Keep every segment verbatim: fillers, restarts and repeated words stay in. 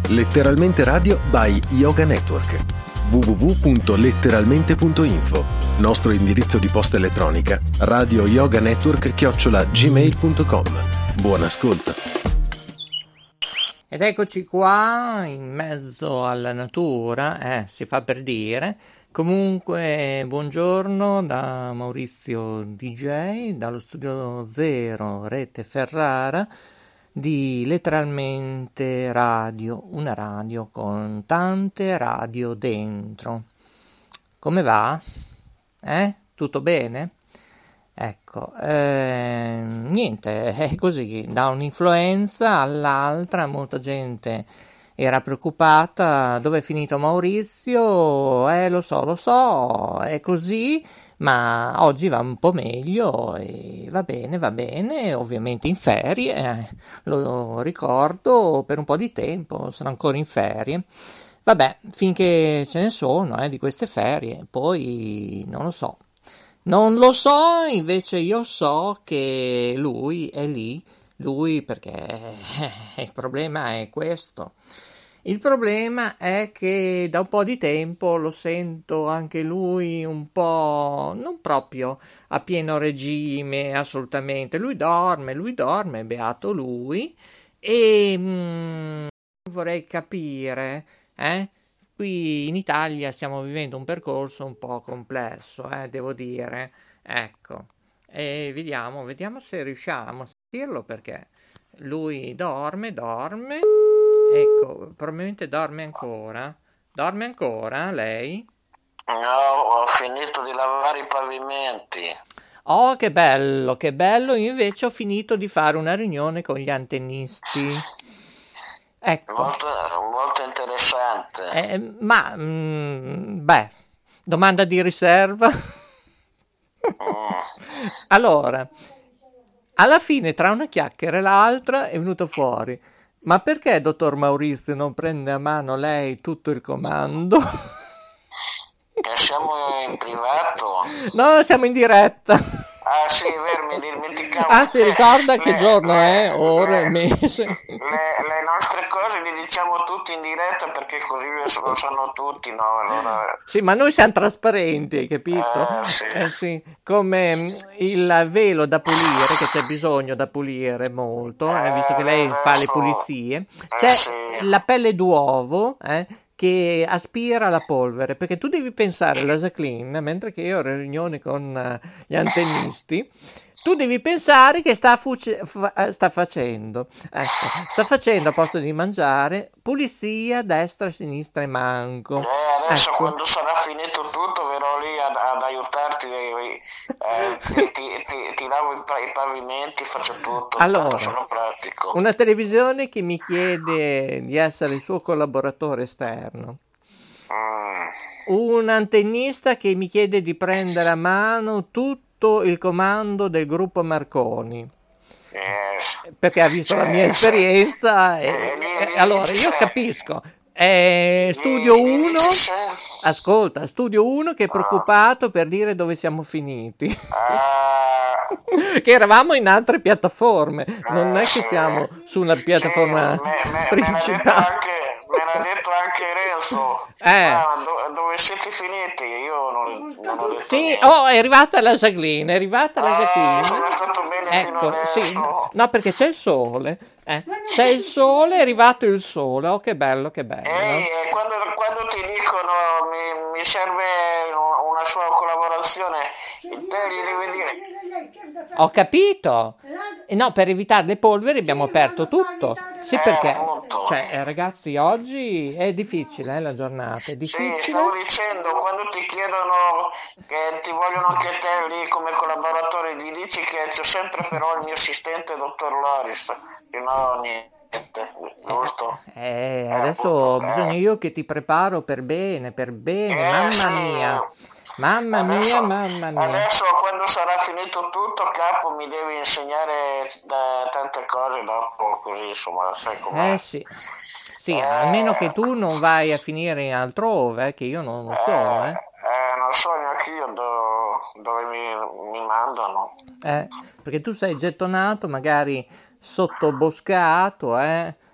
Letteralmente Radio by Yoga Network. w w w punto letteralmente punto info. Nostro indirizzo di posta elettronica radio yoga network chiocciola gmail punto com. Buon ascolto. Ed eccoci qua in mezzo alla natura, eh, si fa per dire. Comunque, buongiorno da Maurizio D J, dallo studio zero Rete Ferrara di Letteralmente Radio, una radio con tante radio dentro. Come va? Eh? Tutto bene? Ecco, eh, niente, è così, da un'influenza all'altra molta gente era preoccupata, dove è finito Maurizio? Eh, lo so, lo so, è così, ma oggi va un po' meglio e va bene, va bene, ovviamente in ferie, eh, lo ricordo, per un po' di tempo, sono ancora in ferie. Vabbè, finché ce ne sono, eh, di queste ferie, poi non lo so. Non lo so, invece io so che lui è lì, lui perché eh, il problema è questo. Il problema è che da un po' di tempo lo sento anche lui un po' non proprio a pieno regime, assolutamente. Lui dorme, lui dorme, beato lui, e mm, vorrei capire, eh? Qui in Italia stiamo vivendo un percorso un po' complesso, eh, devo dire, ecco, e vediamo, vediamo se riusciamo a sentirlo, perché lui dorme, dorme, ecco, probabilmente dorme ancora, dorme ancora lei? No, ho finito di lavare i pavimenti. Oh, che bello, che bello, io invece ho finito di fare una riunione con gli antennisti. Ecco. Molto, molto interessante. Eh, ma, mm, beh, domanda di riserva. Mm. Allora, alla fine, tra una chiacchiera e l'altra, è venuto fuori: ma perché, dottor Maurizio, non prende a mano lei tutto il comando? Che siamo in privato? No, siamo in diretta. Ah sì, è vero, mi dimenticavo. Ah, si ricorda Le- che le- giorno le- è, ore, le- mese? Le, le nostre cose le diciamo tutti in diretta perché così lo sanno tutti, no? Allora, Sì, ma noi siamo trasparenti, hai capito? Eh, sì. Eh, sì, come mm, il velo da pulire, che c'è bisogno da pulire molto, eh, visto che lei fa le pulizie. C'è sì. la pelle d'uovo, eh, che aspira la polvere, perché tu devi pensare, la Jacqueline, mentre che io ero in riunione con eh, gli antennisti, tu devi pensare che sta, fuce- fa- eh, sta facendo, ecco, sta facendo, a posto di mangiare, pulizia destra, sinistra e manco. Eh, adesso Ecco. quando sarà finito tutto verrò lì ad, ad aiutarti, eh, eh, ti, ti- ti- ti lavo i, pa- i pavimenti, faccio tutto, Allora, tanto sono pratico. una televisione che mi chiede di essere il suo collaboratore esterno, Mm. un antennista che mi chiede di prendere a mano tutto il comando del gruppo Marconi, Yes. perché ha visto la mia Sì, sì. esperienza e, Eh, lì- e lì allora dici io se- capisco. Eh, studio lì- lì uno, dici se- ascolta, studio uno che è preoccupato per dire dove siamo finiti. Ah, Che eravamo in altre piattaforme, non è che sì. siamo su una piattaforma Sì, me, me- me l'ha detto principale. anche, me l'ha detto anche Renzo. Eh. Ah, do- dove siete finiti? Io non, non ho detto Sì, niente. oh, è arrivata la Jacqueline, è arrivata la Ah, Jacqueline. sono stato bene fino Ecco, adesso. sì, no, perché c'è il sole, eh. C'è il sole, è arrivato il sole, oh che bello, che bello. Ehi, e quando, quando ti dicono mi, mi serve una sua collaborazione, te gli devi dire. Ho capito. Eh, no, per evitare le polveri abbiamo aperto tutto. Sì, Eh, perché, appunto. cioè, eh, ragazzi, oggi è difficile, eh, la giornata, è Sì, difficile. stavo dicendo, quando ti chiedono che ti vogliono anche te lì come collaboratore, gli dici che c'è sempre però il mio assistente, dottor Loris, che no, niente, giusto? Eh, Eh, adesso appunto, ho eh. bisogno io che ti preparo per bene, per bene, Eh, mamma sì. mia, mamma Adesso- mia, mamma mia. Adesso quando sarà finito tutto, capo, mi devi insegnare da tante cose dopo, così insomma, sai com'è. Eh sì, sì, Eh. almeno che tu non vai a finire altrove, eh, che io non lo so, eh. Eh, non so neanche io do- dove mi, mi mandano. Eh, perché tu sei gettonato magari sotto boscato, eh,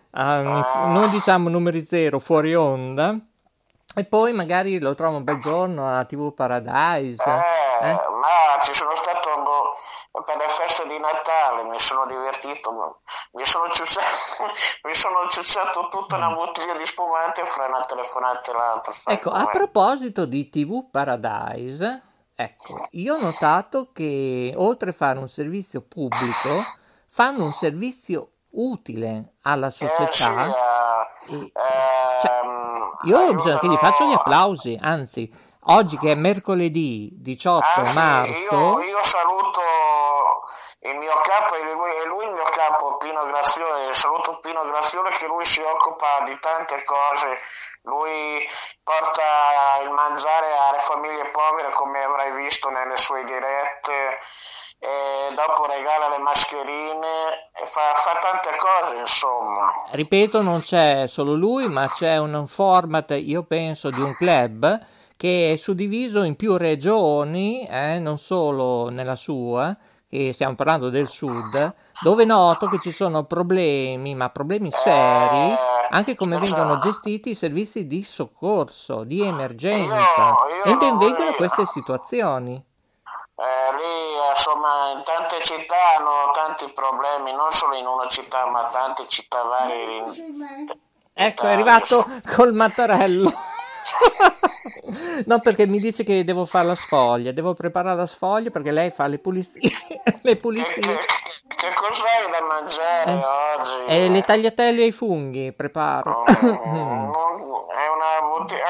ah, mi fu- non diciamo numeri zero fuori onda, e poi magari lo trovo un bel giorno a T V Paradise. Eh, eh? ma ci sono stato boh, per le feste di Natale, mi sono divertito, ma mi sono ciucciato, mi sono ciucciato tutta una bottiglia di spumante fra una telefonata e l'altra. sai Ecco, a com'è? proposito di T V Paradise, ecco, io ho notato che oltre a fare un servizio pubblico, fanno un servizio utile alla Eh sì, società. eh, E, cioè, ehm, io bisogna che gli faccio gli aiutano. applausi, anzi, oggi che è mercoledì diciotto Anzi, io, marzo, io saluto il mio capo, e lui, e lui il mio capo, Pino Grazione, saluto Pino Grazione che lui si occupa di tante cose, lui porta il mangiare alle famiglie povere come avrai visto nelle sue dirette, e dopo regala le mascherine, e fa, fa tante cose insomma. ripeto, non c'è solo lui, ma c'è un format, io penso, di un club che è suddiviso in più regioni, eh, non solo nella sua, che stiamo parlando del sud, dove noto che ci sono problemi, ma problemi seri, Eh, anche come scusa, vengono gestiti i servizi di soccorso, di io, emergenza, e io ben non vengono vorrei... queste situazioni. Eh, lì insomma in tante città hanno tanti problemi, non solo in una città ma tante città varie in Ecco, è Italia. arrivato insomma. col mattarello. No, perché mi dice che devo fare la sfoglia, devo preparare la sfoglia perché lei fa le pulizie. Le Che, pulizie. che, che cos'hai da mangiare Eh, oggi? e le tagliatelle ai funghi preparo. Mm, non- è una bottiglia.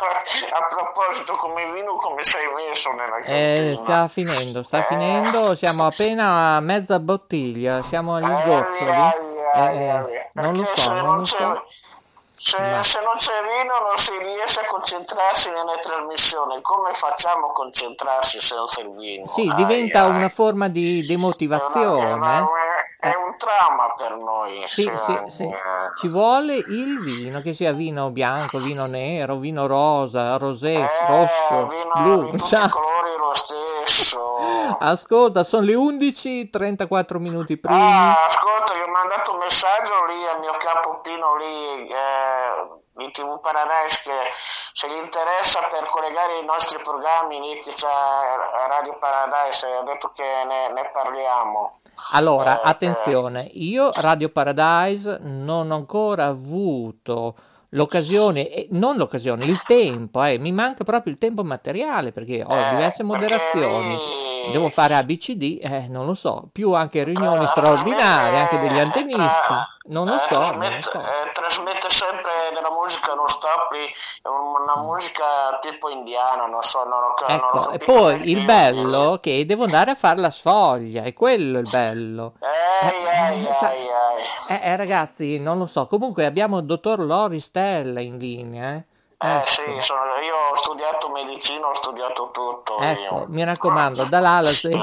A proposito, come vino, come sei messo nella Eh, cantina? sta finendo, sta Eh, finendo, siamo appena a mezza bottiglia, siamo agli ai, sgozzoli. ai, Eh, ai, eh, ai. non lo Perché so, se non non lo c'è, so, se, ma se non c'è vino non si riesce a concentrarsi nelle trasmissioni. Come facciamo a concentrarsi senza il vino? sì, Ai, diventa una ai. forma di È, una- è, demotivazione. una- è Eh, un trauma per noi. sì, Sì, sì, sì, eh. ci vuole il vino, che sia vino bianco, vino nero, vino rosa, rosé, Eh, rosso, vino blu. di tutti i Ciao. colori lo stesso. Ascolta, sono le undici, trentaquattro minuti primi. Ah, ascolta, gli ho mandato un messaggio lì al mio capo Pino lì eh, di T V Paradise che se gli interessa per collegare i nostri programmi lì che c'è a Radio Paradise, ha detto che ne, ne parliamo. Allora, Eh, eh, attenzione, io Radio Paradise non ho ancora avuto l'occasione, eh, non l'occasione, il tempo, eh, mi manca proprio il tempo materiale perché ho eh, diverse perché moderazioni, devo lì fare A B C D, eh, non lo so, più anche riunioni tra- straordinarie, anche degli trasmette, antenisti, tra- non lo eh, so, non lo trasmette, so. eh, trasmette sempre della musica non stop, lì, è una Mm. musica tipo indiana, non so, non ho, ca- non ho Ecco, e capito poi neanche il io bello dirlo. che devo andare a fare la sfoglia, è quello il bello. Eh, Ai, ai, eh, cioè, ai, ai. eh, eh, ragazzi, non lo so. Comunque abbiamo il dottor Lori Stella in linea, eh. Eh sì, Ecco, sono- io ho studiato medicina, ho studiato tutto ecco, io. mi raccomando, dall'A alla Z.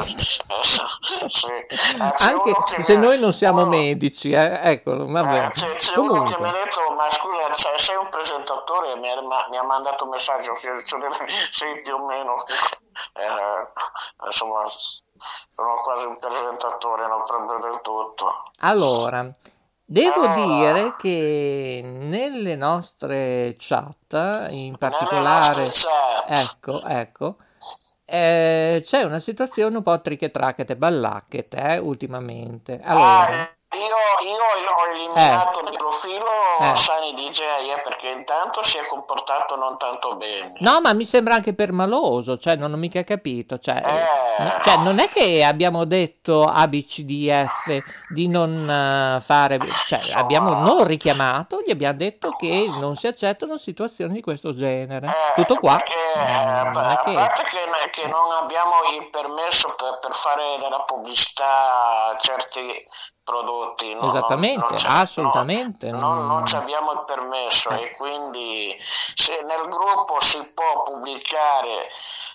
Sì. Eh, c'è Anche uno che mi se ha, noi non siamo uno- medici, eh. Eccolo, va eh, bene. c'è, c'è uno che mi ha Comunque, detto, ma scusa, cioè, sei un presentatore? Mi ha, ma- mi ha mandato un messaggio, che cioè, sì, più o meno. Eh, insomma, sono quasi un presentatore, non proprio del tutto. allora, devo dire Allora, che nelle nostre chat, in nelle nostre particolare, chat, ecco, ecco, eh, c'è una situazione un po' trichetrachete ballacchete, eh, ultimamente. ah, Allora, io, io ho eh, eliminato dal profilo eh. Sani D J eh, perché intanto si è comportato non tanto bene. No, ma mi sembra anche permaloso, cioè non ho mica capito, cioè, Eh, no- cioè, non è che abbiamo detto A B C D F di non eh, fare, cioè abbiamo insomma, non richiamato, gli abbiamo detto che non si accettano situazioni di questo genere. eh, Tutto qua, perché eh, a non pa- è a che... parte che, che eh, non abbiamo il permesso per, per fare della pubblicità a certi prodotti, no, non, non Esattamente, c'è, no, assolutamente. non, non ci non- abbiamo il permesso eh. e quindi se nel gruppo si può pubblicare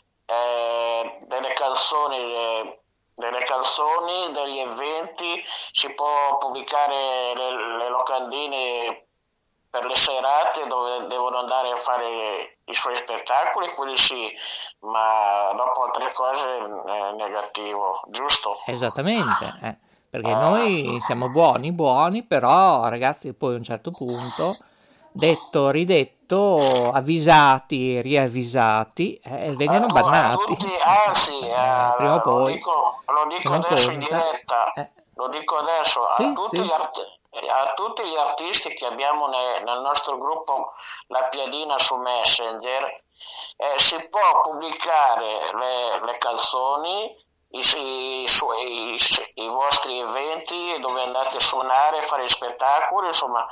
eh, delle canzoni, eh, delle canzoni, degli eventi, si può pubblicare le, le locandine per le serate dove devono andare a fare i suoi spettacoli, quelli sì, ma dopo altre cose è negativo, giusto? Esattamente, eh. perché noi siamo buoni, buoni, però ragazzi poi a un certo punto, detto, ridetto, avvisati, riavvisati, eh, vengono A, tu- a bannati. tutti, ah sì, Eh, eh, prima o lo poi, dico, lo se dico non adesso in conta. diretta, Eh, lo dico adesso a sì, tutti sì. gli, art- a tutti gli artisti che abbiamo ne- nel nostro gruppo La Piadina su Messenger, eh, si può pubblicare le, le canzoni, i, i, su- i- i vostri eventi dove andate a suonare, fare spettacoli, insomma,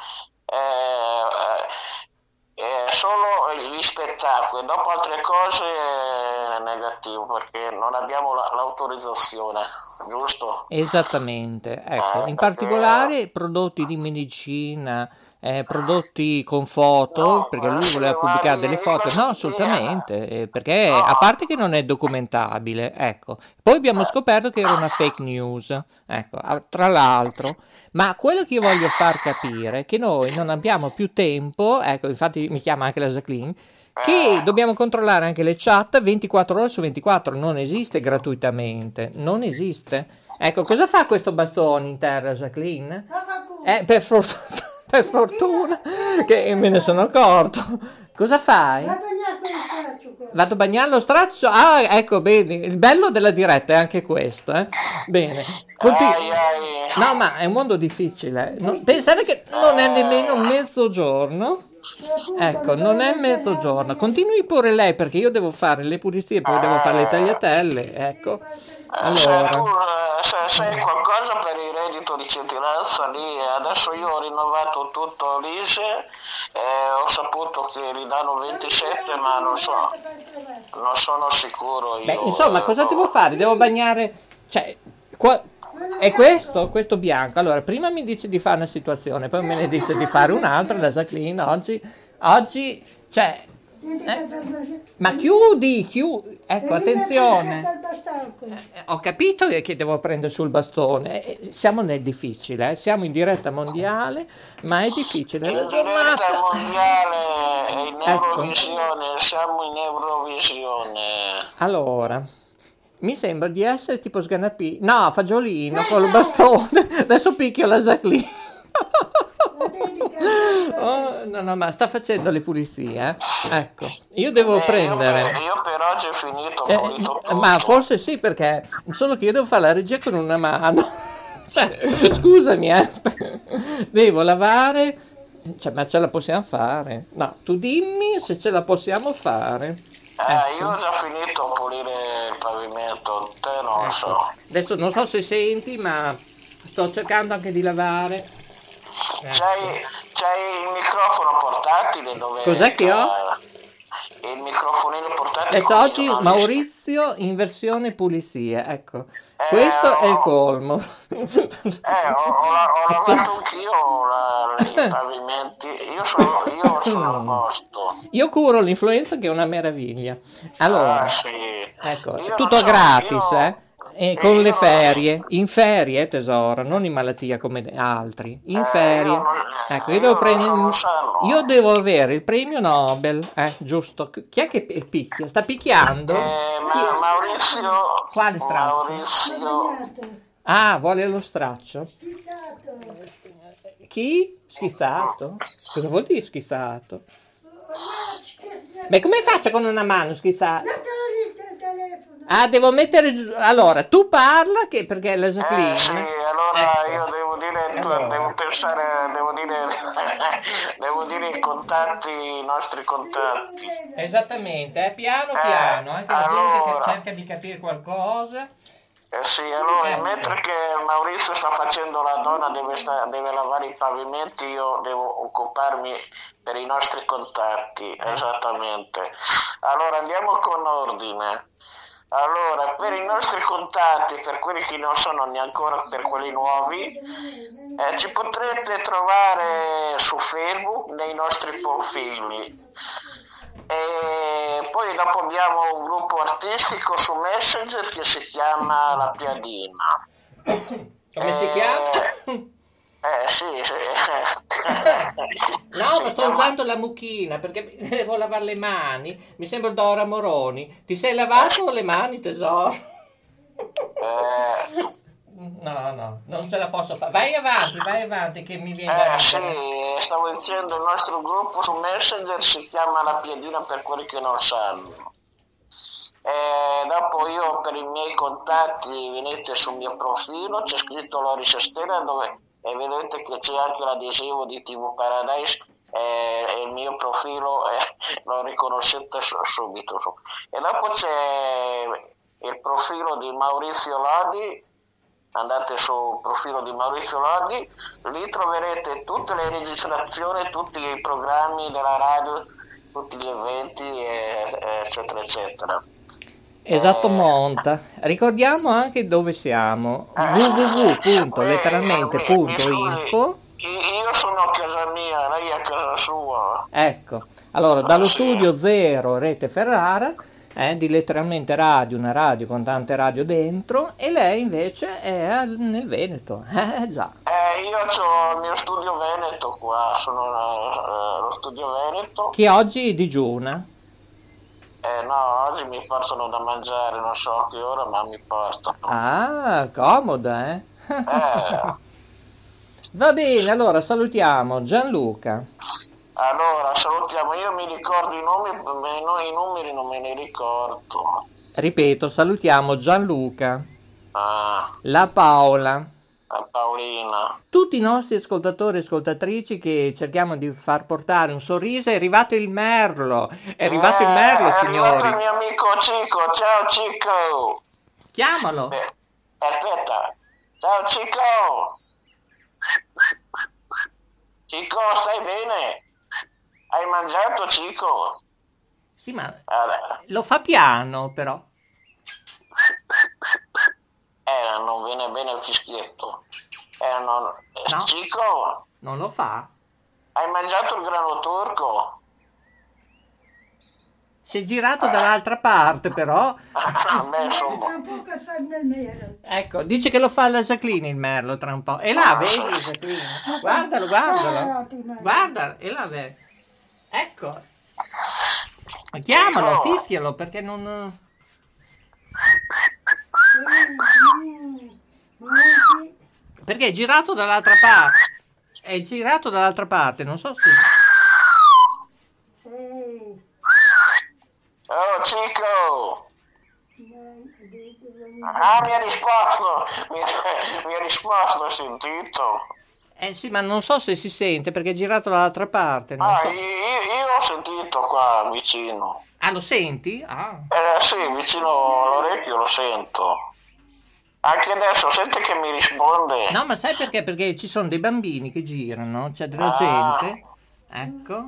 eh, eh, solo gli spettacoli, dopo altre cose è negativo perché non abbiamo la- l'autorizzazione, giusto? Esattamente, ecco, Eh, in perché particolare prodotti di medicina, eh, prodotti con foto, no, perché eh, lui sì, voleva ma pubblicare di, delle di foto, questi- no, di- assolutamente, eh, perché a no, parte che non è documentabile, ecco, poi abbiamo scoperto che era una fake news, ecco, ah, tra l'altro, ma quello che io voglio far capire è che noi non abbiamo più tempo, ecco, infatti mi chiama anche la Jacqueline, che eh, dobbiamo controllare anche le chat ventiquattro ore su ventiquattro, non esiste gratuitamente, non esiste. Ecco, cosa fa questo bastone in terra, Jacqueline? Eh, per fortuna, per fortuna che me ne sono accorto. Cosa fai? Vado a bagnare lo straccio? Ah, ecco, bene, il bello della diretta è anche questo, eh. Bene, Conti- ai, ai, no, ma è un mondo difficile. Non- pensate che non è nemmeno mezzogiorno. Ecco, non è mezzogiorno. Continui pure lei perché io devo fare le pulizie, poi devo fare le tagliatelle. Ecco. eh, se Allora, tu eh, se sai qualcosa per il reddito di cittadinanza lì, adesso io ho rinnovato tutto l'I S E, eh, ho saputo che li danno ventisette, ma non so, non sono sicuro io. beh, insomma, eh, cosa no. devo fare? Devo bagnare, cioè, qua- è questo, questo bianco. Allora, prima mi dice di fare una situazione, poi me ne dice di fare un'altra. La Jacqueline oggi, oggi, cioè, eh, ma chiudi, chiudi, ecco, attenzione. Eh, ho capito che che devo prendere sul bastone. Eh, siamo nel difficile, eh, siamo in diretta mondiale, ma è difficile la In diretta giornata. mondiale e in Ecco. Eurovisione, siamo in Eurovisione. Allora, mi sembra di essere tipo Sganapì. No, Fagiolino con il bastone. Adesso picchio la Jacqueline. Oh, no, no, ma sta facendo le pulizie, eh? Ecco, io devo Eh, io, per, prendere. io per oggi è finito, ho Eh, pulito tutto. ma forse sì, perché solo che io devo fare la regia con una mano. Cioè, scusami, eh. Devo lavare. Cioè, ma ce la possiamo fare? No, tu dimmi se ce la possiamo fare. Eh, Ecco. io ho già finito a pulire il pavimento, te non lo Ecco. so. Adesso non so se senti, ma sto cercando anche di lavare. Ecco. C'hai, c'hai il microfono portatile dove... Cos'è che ho? eh, il microfonino portatile. Adesso con i oggi giornalisti. Maurizio in versione pulizie, ecco. Eh, Questo è il ho- colmo. Eh, ho, ho, la- ho lavato anch'io la- i pavimenti, io sono, io sono a posto. Io curo l'influenza che è una meraviglia. Allora, Ah, sì. ecco, Io tutto non so, gratis, io- eh? E io con le non- ferie, in ferie tesoro, non in malattia come altri, in Eh, ferie. io non- Ecco, io io devo non prendere, sono sano. io devo avere il premio Nobel, eh, giusto? Chi è che pi- picchia? Sta picchiando? Eh, ma- Chi- Maurizio, Quale straccio? Maurizio, Ah, vuole lo straccio? Chi? Schizzato? Cosa vuol dire schizzato? Beh, come faccio con una mano schizzato? Ah, devo mettere giù. Allora, tu parla che perché la eh Jacqueline. sì, allora Ecco. io devo dire, Allora. devo pensare, devo dire, devo dire i contatti, i nostri contatti. Esattamente, eh, piano Eh, piano, anche la gente che allora. cerca di capire qualcosa. Eh sì, allora Ecco. mentre che Maurizio sta facendo la donna, deve, sta- deve lavare i pavimenti, io devo occuparmi per i nostri contatti, esattamente. Allora andiamo con ordine. Allora, per i nostri contatti, per quelli che non sono neanche ancora, per quelli nuovi, eh, ci potrete trovare su Facebook nei nostri profili. E poi dopo abbiamo un gruppo artistico su Messenger che si chiama La Piadina. Come si Eh, chiama? Eh sì, sì. No, Si ma sto chiama- usando la mucchina perché devo lavare le mani. Mi sembra Dora Moroni. Ti sei lavato le mani, tesoro? Eh, No, no, non ce la posso fare. Vai avanti, vai avanti che mi viene da Eh sì, ridere. stavo dicendo, il nostro gruppo su Messenger si chiama La Piadina per quelli che non sanno. E dopo io per i miei contatti venite sul mio profilo, c'è scritto Loris Stella dove, e vedete che c'è anche l'adesivo di T V Paradise e, e il mio profilo eh, lo riconoscete subito. E dopo c'è il profilo di Maurizio Lodi. Andate sul profilo di Maurizio Lodi, lì troverete tutte le registrazioni, tutti i programmi della radio, tutti gli eventi, eccetera, eccetera. Esatto, Eh, monta. Ricordiamo anche dove siamo. eh, w w w punto eh, letteralmente mi- mi punto info. scusi, io sono a casa mia, lei è a casa sua. Ecco, allora dallo Sì. studio zero Rete Ferrara, eh, di letteralmente radio, una radio con tante radio dentro, e lei invece è al- nel Veneto. Eh già. Eh, io ho il mio studio Veneto qua, sono eh, lo studio Veneto. Che oggi digiuna. Eh, no, oggi mi portano da mangiare, non so a che ora, ma mi portano. Ah, comoda, eh? Eh. Va bene, allora salutiamo Gianluca. Allora, salutiamo, io mi ricordo i nomi, ma i no- i numeri non me ne ricordo. Ripeto, salutiamo Gianluca, Ah, la Paola, la Paolina. tutti i nostri ascoltatori e ascoltatrici che cerchiamo di far portare un sorriso. È arrivato il merlo, è arrivato il merlo, Eh, è arrivato il signori. mio amico Cico, ciao Cico. Chiamalo. Eh, aspetta, ciao Cico. Cico, stai bene? Hai mangiato, Cico? Sì, ma Allora, lo fa piano, però. eh, non viene bene il fischietto. Eh, non... eh, No. Cico, Non lo fa. hai mangiato il grano turco? Si è girato dall'altra parte, però. Beh, insomma. Tra poco fa nel nero. Ecco, dice che lo fa la Jacqueline il merlo tra un po'. E là, vedi Jacqueline? Guardalo, guardalo. Guarda, e là, vedi. Ecco. Chiamalo, fischialo, perché non... Perché è girato dall'altra parte. È girato dall'altra parte, non so se... Oh, Cico! Ah, mi ha risposto! Mi ha, mi ha risposto, ho sentito. Eh sì, ma non so se si sente, perché è girato dall'altra parte, non Ah, so. io, io ho sentito qua vicino. Ah, lo senti? Ah. Eh sì, vicino all'orecchio lo sento. Anche adesso sente che mi risponde. No, ma sai perché? Perché ci sono dei bambini che girano, c'è della Ah. gente. Ecco.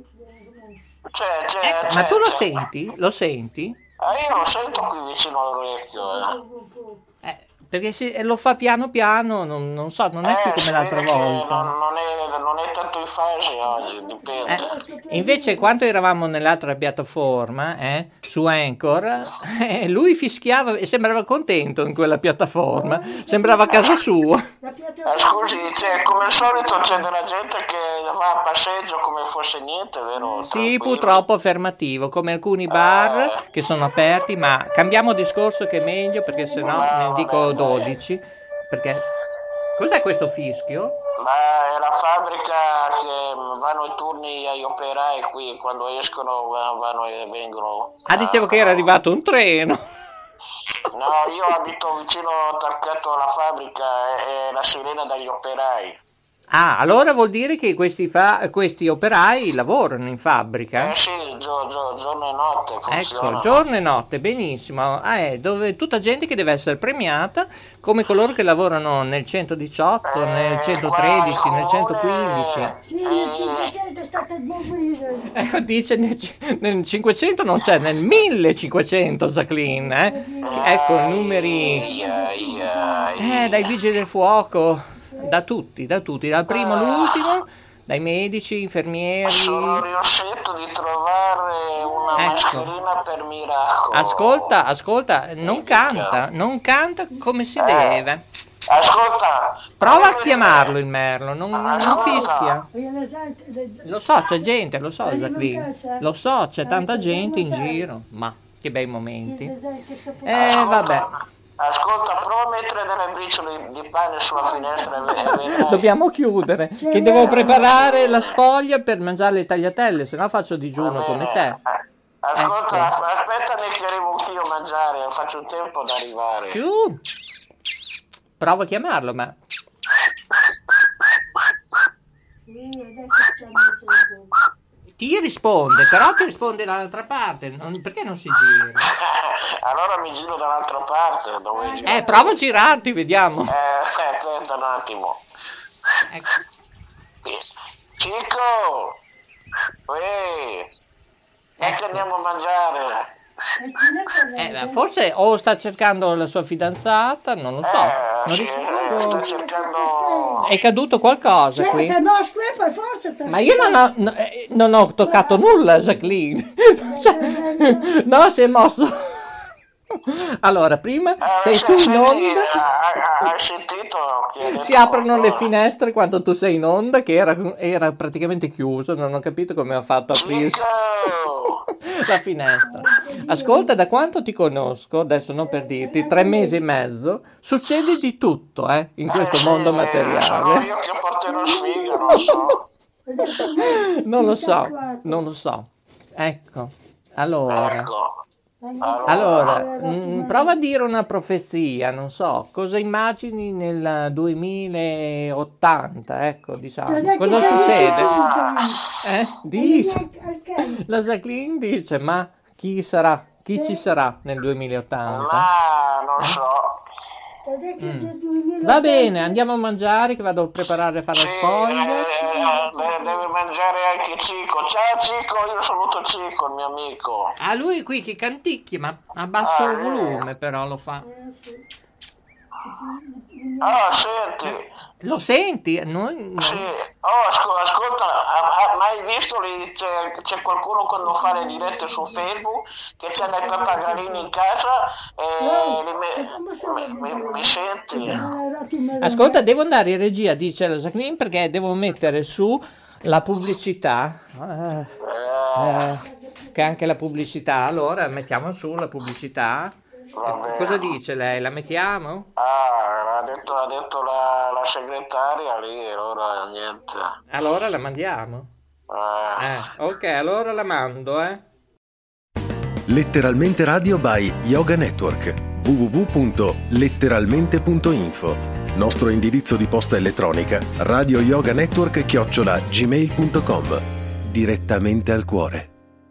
C'è, c'è, Ecco, c'è, ma tu lo c'è. senti? Lo senti? Ah, io lo sento qui vicino all'orecchio. Eh. Eh, perché se lo fa piano piano, non, non so, non è più Eh, come si l'altra vede che volta. Non, non è, non è tanto in fase oggi, dipende. Eh, invece quando eravamo nell'altra piattaforma, eh, su Anchor, eh, lui fischiava e sembrava contento in quella piattaforma, sembrava a casa sua. Eh, scusi, c'è, come al solito c'è della gente che va a passeggio come fosse niente, vero? Sì, Tranquillo. purtroppo affermativo, come alcuni bar che sono aperti, ma cambiamo discorso che è meglio, perché sennò ne dico dodici. Perché cos'è questo fischio? Ma è la fabbrica che vanno i turni agli operai qui, quando escono va- vanno e vengono. Ah, dicevo che era arrivato un treno. No, io abito vicino, attaccato alla fabbrica, è, è la sirena degli operai. Ah, allora vuol dire che questi, fa- questi operai lavorano in fabbrica? Eh sì, gio- gio- giorno e notte funziona. Ecco, giorno e notte, benissimo. Ah, è dove tutta gente che deve essere premiata, come coloro che lavorano nel centodiciotto, nel centotredici, nel centoquindici. Sì, il cinquecento è stato il buon guisa. Ecco, dice nel, nel cinquecento non c'è, nel millecinquecento, Jacqueline, eh? Ecco, i numeri, eh, dai vigili del fuoco, da tutti, da tutti, dal primo all'ultimo, dai medici, infermieri. Sono riuscito di trovare una Ecco. mascherina per miracolo. Ascolta, ascolta, non canta, non canta come si deve. Ascolta. Prova a fammi chiamarlo vedere. il merlo, non, non Ascolta. fischia. Realizzate- Lo so, c'è gente, lo so, Jacqueline. Lo so, c'è tanta gente in giro, ma che bei momenti. Eh, vabbè. Ascolta, prova a mettere delle briciole di pane sulla finestra e vedrai. Dobbiamo chiudere, che devo preparare la sfoglia per mangiare le tagliatelle, se no faccio digiuno come te. Ascolta, Ecco. aspettami che arrivo anch'io a mangiare, faccio il tempo ad arrivare. Più. Provo a chiamarlo, ma Sì, adesso ci ha messo il gol. ti risponde, però ti risponde dall'altra parte, non- perché non si gira? Allora mi giro dall'altra parte, dove giro? Eh, prova a girarti, vediamo. Eh, aspetta un attimo. Ecco. Cico! Uè! E che andiamo a mangiare? E ci mette Eh, forse o sta cercando la sua fidanzata, non lo so. Eh, Non sì, riesco- eh, sto cercando... È caduto qualcosa qui. Cerca, no, scusa, forse te- Ma io non ho, no, eh, non ho toccato nulla, Jacqueline. Cioè, no, si è mosso. Allora, prima Eh, sei sì, tu in senti, onda. hai- hai sentito che ha detto Si aprono le qualcosa? finestre quando tu sei in onda, che era, era praticamente chiuso. Non ho capito come ha fatto a aprirsi Cico! la finestra. Ascolta, da quanto ti conosco, adesso non per dirti, tre mesi e mezzo, succede di tutto, eh, in questo Eh, sì, mondo Sono materiale. io che porterò sfiga, non so. Non lo so, non lo so. Ecco, allora, Ecco. allora, mm, prova a dire una profezia, non so, cosa immagini nel duemilaottanta, ecco, diciamo, cosa succede? Eh, dice, la Jacqueline dice, ma chi sarà, chi ci sarà nel duemilaottanta? Ma non so. Va bene, andiamo a mangiare che vado a preparare a fare Sì, la eh, sfoglia. eh, deve mangiare anche Cico. Ciao Cico, io saluto Cico, il mio amico. Ah, lui qui che canticchia, ma a basso Ah, volume però lo fa. Ah, senti, Lo senti? Noi, sì. noi- Oh, asco- ascolta, ha- ha mai visto lì, c'è, c'è qualcuno quando fa le dirette su Facebook che c'ha dei pappagalini in casa e li me- mi, mi, mi senti? Ascolta, devo andare in regia, dice la Jacqueline, perché devo mettere su la pubblicità. Eh, Eh, eh, che anche la pubblicità. Allora, mettiamo su la pubblicità. va bene. Cosa dice lei? La mettiamo? Ah, ha detto, ha detto la, la segretaria lì, allora niente. Allora la mandiamo. Eh. Eh, ok, allora la mando, eh. Letteralmente Radio by Yoga Network. w w w punto letteralmente punto info. Nostro indirizzo di posta elettronica radioyoganetwork chiocciola gmail punto com. Direttamente al cuore.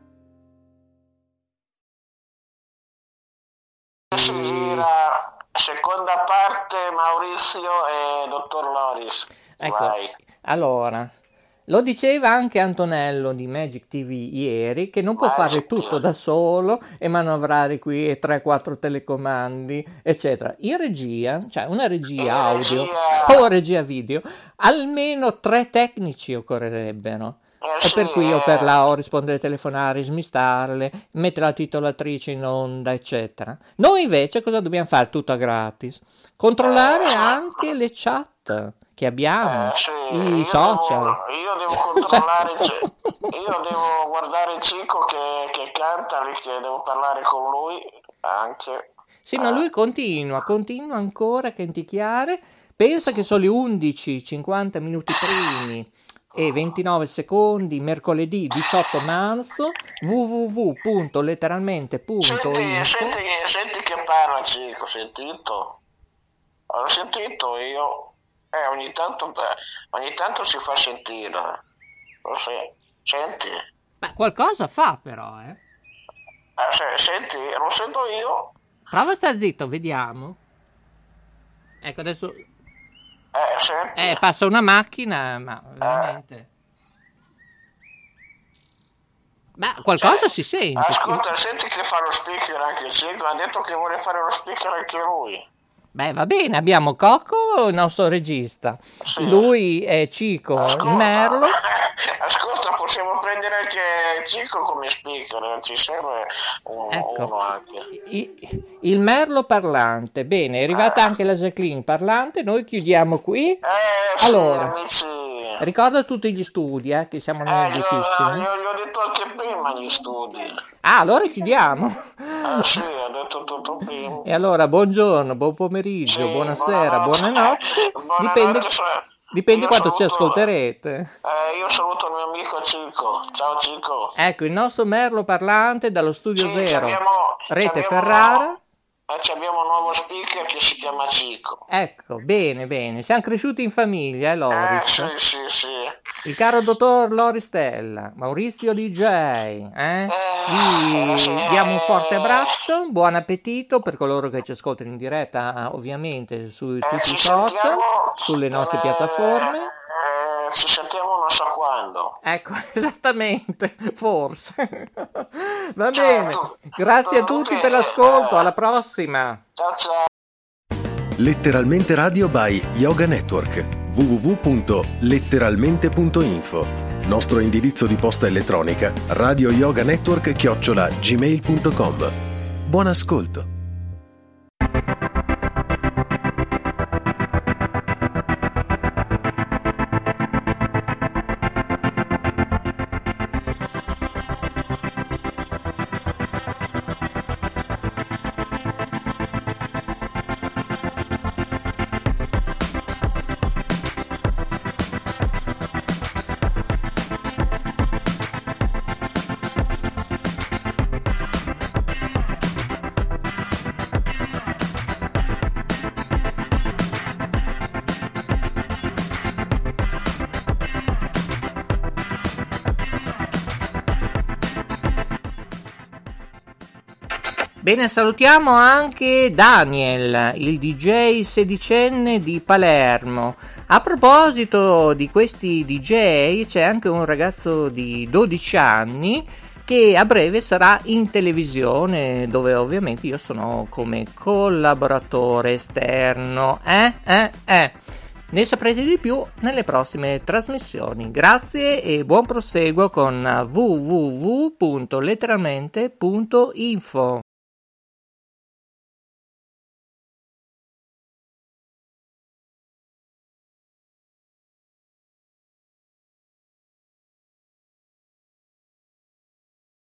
Si gira seconda parte Maurizio e dottor Loris. Ecco, Vai. allora, lo diceva anche Antonello di Magic T V ieri, che non può Magic fare tutto da solo e manovrare qui tre quattro telecomandi, eccetera. In regia, cioè una regia In audio regia. o regia video, almeno tre tecnici occorrerebbero. Eh, E sì, per cui o eh. per la o rispondere ai telefonari, smistarle, mettere la titolatrice in onda, eccetera. Noi invece cosa dobbiamo fare? Tutto a gratis. Controllare anche le chat che abbiamo, Eh, sì, i io social. Devo, io devo controllare, C- io devo guardare Cico che, che canta lì, che devo parlare con lui anche. Sì, ma lui continua, continua ancora a canticchiare. Pensa che sono le undici, cinquanta minuti primi e ventinove secondi, mercoledì diciotto marzo, w w w punto letteralmente punto Senti, info. senti, senti che parla Cico, sentito? Ho sentito io. Eh, ogni tanto, ogni tanto si fa sentire. Lo sai. Senti? Ma qualcosa fa però, eh. Eh, se- senti, lo sento io. Prova a star zitto, vediamo. Ecco, adesso Eh, senti. eh, passa una macchina, ma veramente. Ma qualcosa Cioè, si sente. Ascolta, senti che fa lo speaker anche Cico. Ha detto che vuole fare lo speaker anche lui. Beh, va bene, abbiamo Cocco, il nostro regista. Sì. Lui è Cico, Ascolta, il Merlo. ascolta, possiamo prendere anche Cico come speaker, ci serve un- Ecco. uno anche. I- il Merlo parlante. Bene, è arrivata anche la Jacqueline parlante. Noi chiudiamo qui. Eh, sì, Allora. amici. Ricorda tutti gli studi, eh, che siamo Eh, nel glielo, difficile. glielo- glielo ho detto anche prima gli studi. Ah, allora chiudiamo. Eh sì, ha detto tutto prima. E allora, buongiorno, buon pomeriggio, Sì, buonasera, buonanotte. buonanotte. Dipende, Buonanotte, fra- dipende io quanto ci saluto- ascolterete. Eh, io saluto il mio amico Cico. Ciao Cico. Ecco, il nostro merlo parlante dallo studio Sì, zero, c'abbiamo- Rete c'abbiamo Ferrara. un- eh, c'abbiamo un nuovo speaker che si chiama Cico. Ecco, bene, bene. Siamo cresciuti in famiglia, eh, Eh, Loris. sì, sì, sì. Il caro dottor Loris Stella, Maurizio D J, eh? Vi Eh, sì. diamo un forte abbraccio, buon appetito per coloro che ci ascoltano in diretta, ovviamente, su Eh, tutti ci i social, sentiamo, sulle nostre eh, piattaforme. eh, ci sentiamo non so quando. Ecco, esattamente, forse. Va Ciao bene, a tu- grazie a tutti per l'ascolto, alla prossima. Ciao ciao. Letteralmente Radio by Yoga Network. w w w punto letteralmente punto info. Nostro indirizzo di posta elettronica radio yoga network chiocciola gmail punto com. Buon ascolto. Bene, salutiamo anche Daniel, il D J sedicenne di Palermo. A proposito di questi D J, c'è anche un ragazzo di dodici anni che a breve sarà in televisione, dove ovviamente io sono come collaboratore esterno. Eh, eh, eh. Ne saprete di più nelle prossime trasmissioni. Grazie e buon proseguo con w w w punto letteralmente punto info.